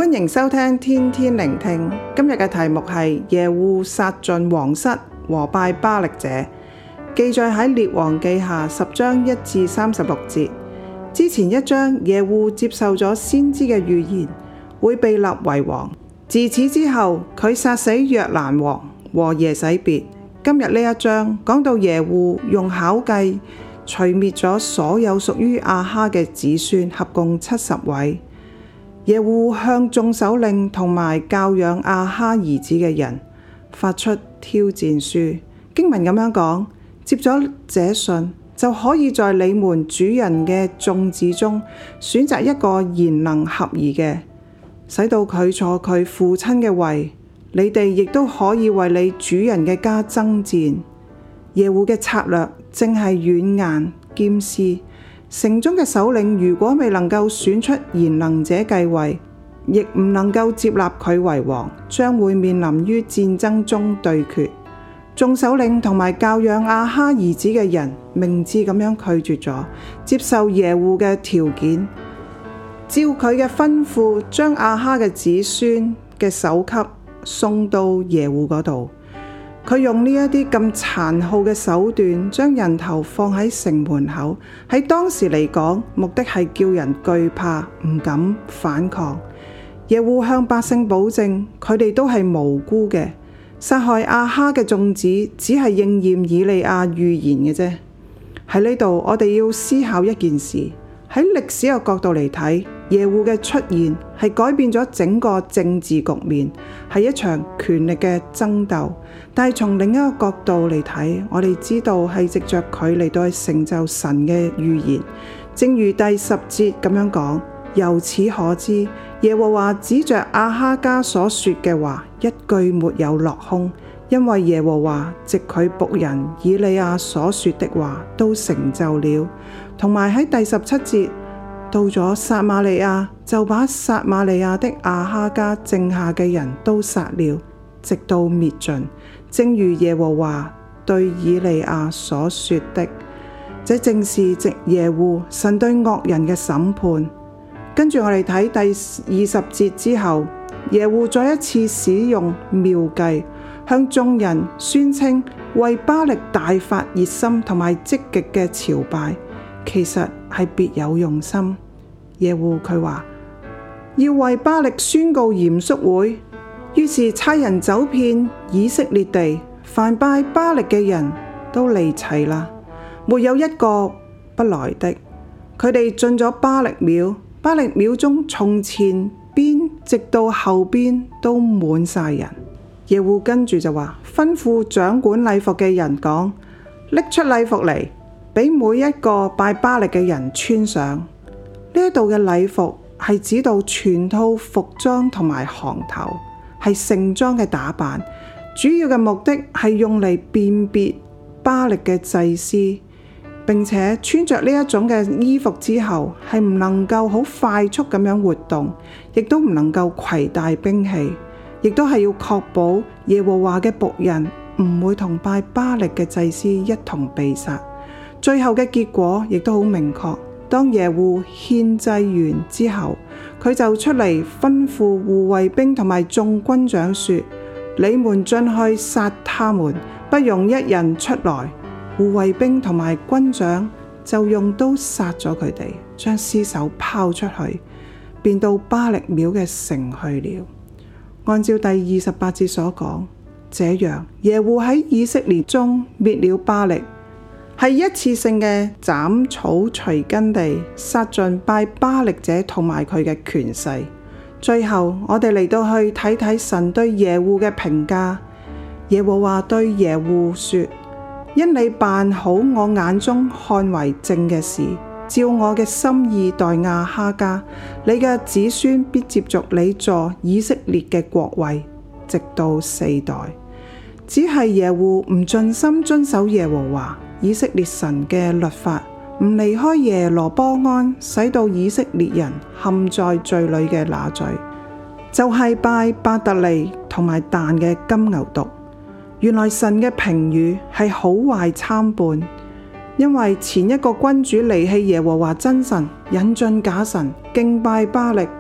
歡迎收聽天天聆聽。今日嘅題目係耶戶殺盡王室和拜巴力者，記載喺列王記下10章1至36節。之前一章耶戶接受咗先知嘅預言，會被立為王。自此之後，佢殺死約蘭王和耶洗別。今日呢一章講到耶戶用巧計除滅咗所有屬於亞哈嘅子孫，合共70位。耶戶向眾首領同埋教養亞哈兒子嘅人發出挑戰書。經文咁樣講：接咗這信，就可以在你們主人嘅眾子中選擇一個賢能合宜嘅，使到佢坐佢父親嘅位。你哋亦都可以為你主人嘅家爭戰。耶戶嘅策略正係軟硬兼施。城中嘅首領如果未能夠選出賢能者繼位，亦唔能夠接納佢為王，將會面臨於戰爭中對決。眾首領同埋教養亞哈兒子嘅人明智咁樣拒絕咗接受耶戶嘅條件，照佢嘅吩咐將亞哈嘅子孫嘅首級送到耶戶嗰度。佢用呢一啲咁殘酷嘅手段，將人頭放喺城門口。喺當時嚟講，目的係叫人懼怕，唔敢反抗。耶戶向百姓保證，佢哋都係無辜嘅。殺害亞哈嘅眾子，只係應驗以利亞預言嘅啫。喺呢度，我哋要思考一件事：喺歷史嘅角度嚟睇，耶戶嘅出現係改變咗整個政治局面，係一場權力嘅爭鬥。但係從另一個角度嚟睇，我哋知道係藉着佢嚟到去成就神嘅預言。正如第10節咁樣講：由此可知，耶和華指着亞哈家所說嘅話，一句沒有落空，因為耶和華藉佢僕人以利亞所說的話都成就了。同埋喺第17節，到咗撒瑪利亞，就把撒瑪利亞的亞哈家剩下嘅人都殺了，直到滅盡，正如耶和華對以利亞所說的。這正是藉耶戶神對惡人嘅審判。跟住我哋睇第20節之後，耶戶再一次使用妙計，向眾人宣稱為巴力大發熱心同埋積極嘅朝拜，其實係別有用心。耶戶佢話要為巴力宣告嚴肅會，於是差人走遍以色列地，凡拜巴力嘅人都嚟齊啦，沒有一個不來的。佢哋進咗巴力廟，巴力廟中從前邊直到後邊都滿晒人。耶戶跟住就話，吩咐掌管禮服嘅人講，拎出禮服嚟，俾每一個拜巴力嘅人穿上。呢一度嘅禮服係指到全套服裝同埋行頭，係盛裝嘅打扮，主要嘅目的係用嚟辨別巴力嘅祭司，並且穿着呢一種嘅衣服之後，係唔能夠好快速咁樣活動，亦都唔能夠攜帶兵器，亦都係要確保耶和華嘅僕人唔會同拜巴力嘅祭司一同被殺。最後嘅結果亦都好明確。當耶戶獻祭完之後，佢就出嚟吩咐護衛兵同埋眾軍長說：你們進去殺他們，不容一人出來。護衛兵同埋軍長就用刀殺咗佢哋，將屍首拋出去，便到巴力廟嘅城去了。按照第28節所講，這樣耶戶喺以色列中滅了巴力，係一次性嘅斬草除根地殺盡拜巴力者同埋佢嘅權勢。最後我哋嚟到去睇睇神對耶戶嘅評價。耶和華對耶戶說：因你辦好我眼中看為正嘅事，照我嘅心意待亞哈家，你嘅子孫必接續你坐以色列嘅國位，直到4代。只係耶戶唔盡心遵守耶和華以色列神嘅律法，唔離開耶羅波安使到以色列人陷在罪裏嘅那罪，就係拜伯特利同埋但嘅金牛犢。原來神嘅評語係好壞參半，因為前一個君主離棄耶和華真神，引進假神，敬拜巴力，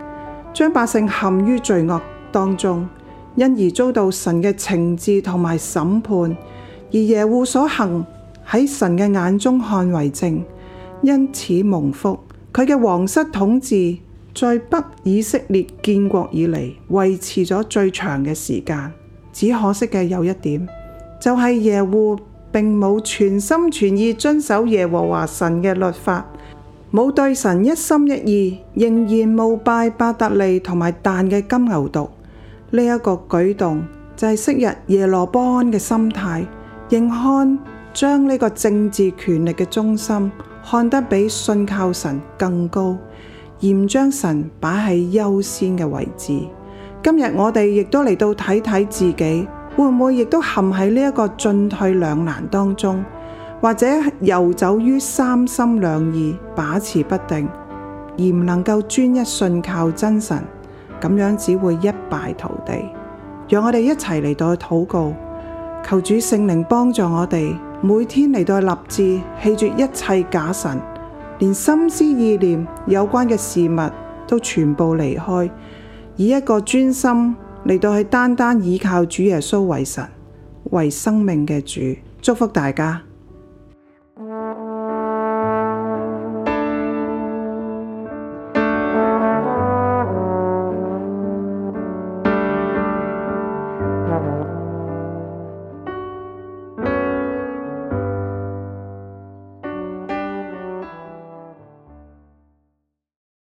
將百姓陷於罪惡當中，因而遭到神嘅懲治同埋審判。而耶戶所行喺神嘅眼中看為正，因此蒙福。佢嘅皇室統治在北以色列建國以嚟維持咗最長嘅時間。只可惜嘅有一點，就係耶戶並冇全心全意遵守耶和華神嘅律法，冇對神一心一意，仍然膜拜伯特利同埋但嘅金牛犢。呢一個舉動就係昔日耶羅波安嘅心態，仍看將呢個政治權力嘅中心看得比信靠神更高，而唔將神擺喺優先嘅位置。今日我哋亦都嚟到睇睇自己，會唔會亦都陷喺呢一個進退兩難當中，或者遊走於三心兩意，把持不定，而唔能夠專一信靠真神，咁樣只會一敗塗地。讓我哋一齊嚟到去禱告，求主聖靈幫助我哋，每天嚟到去立志棄絕一切假神，連心思意念有關嘅事物都全部離開，以一個專心嚟到去單單倚靠主耶穌為神，為生命嘅主。祝福大家。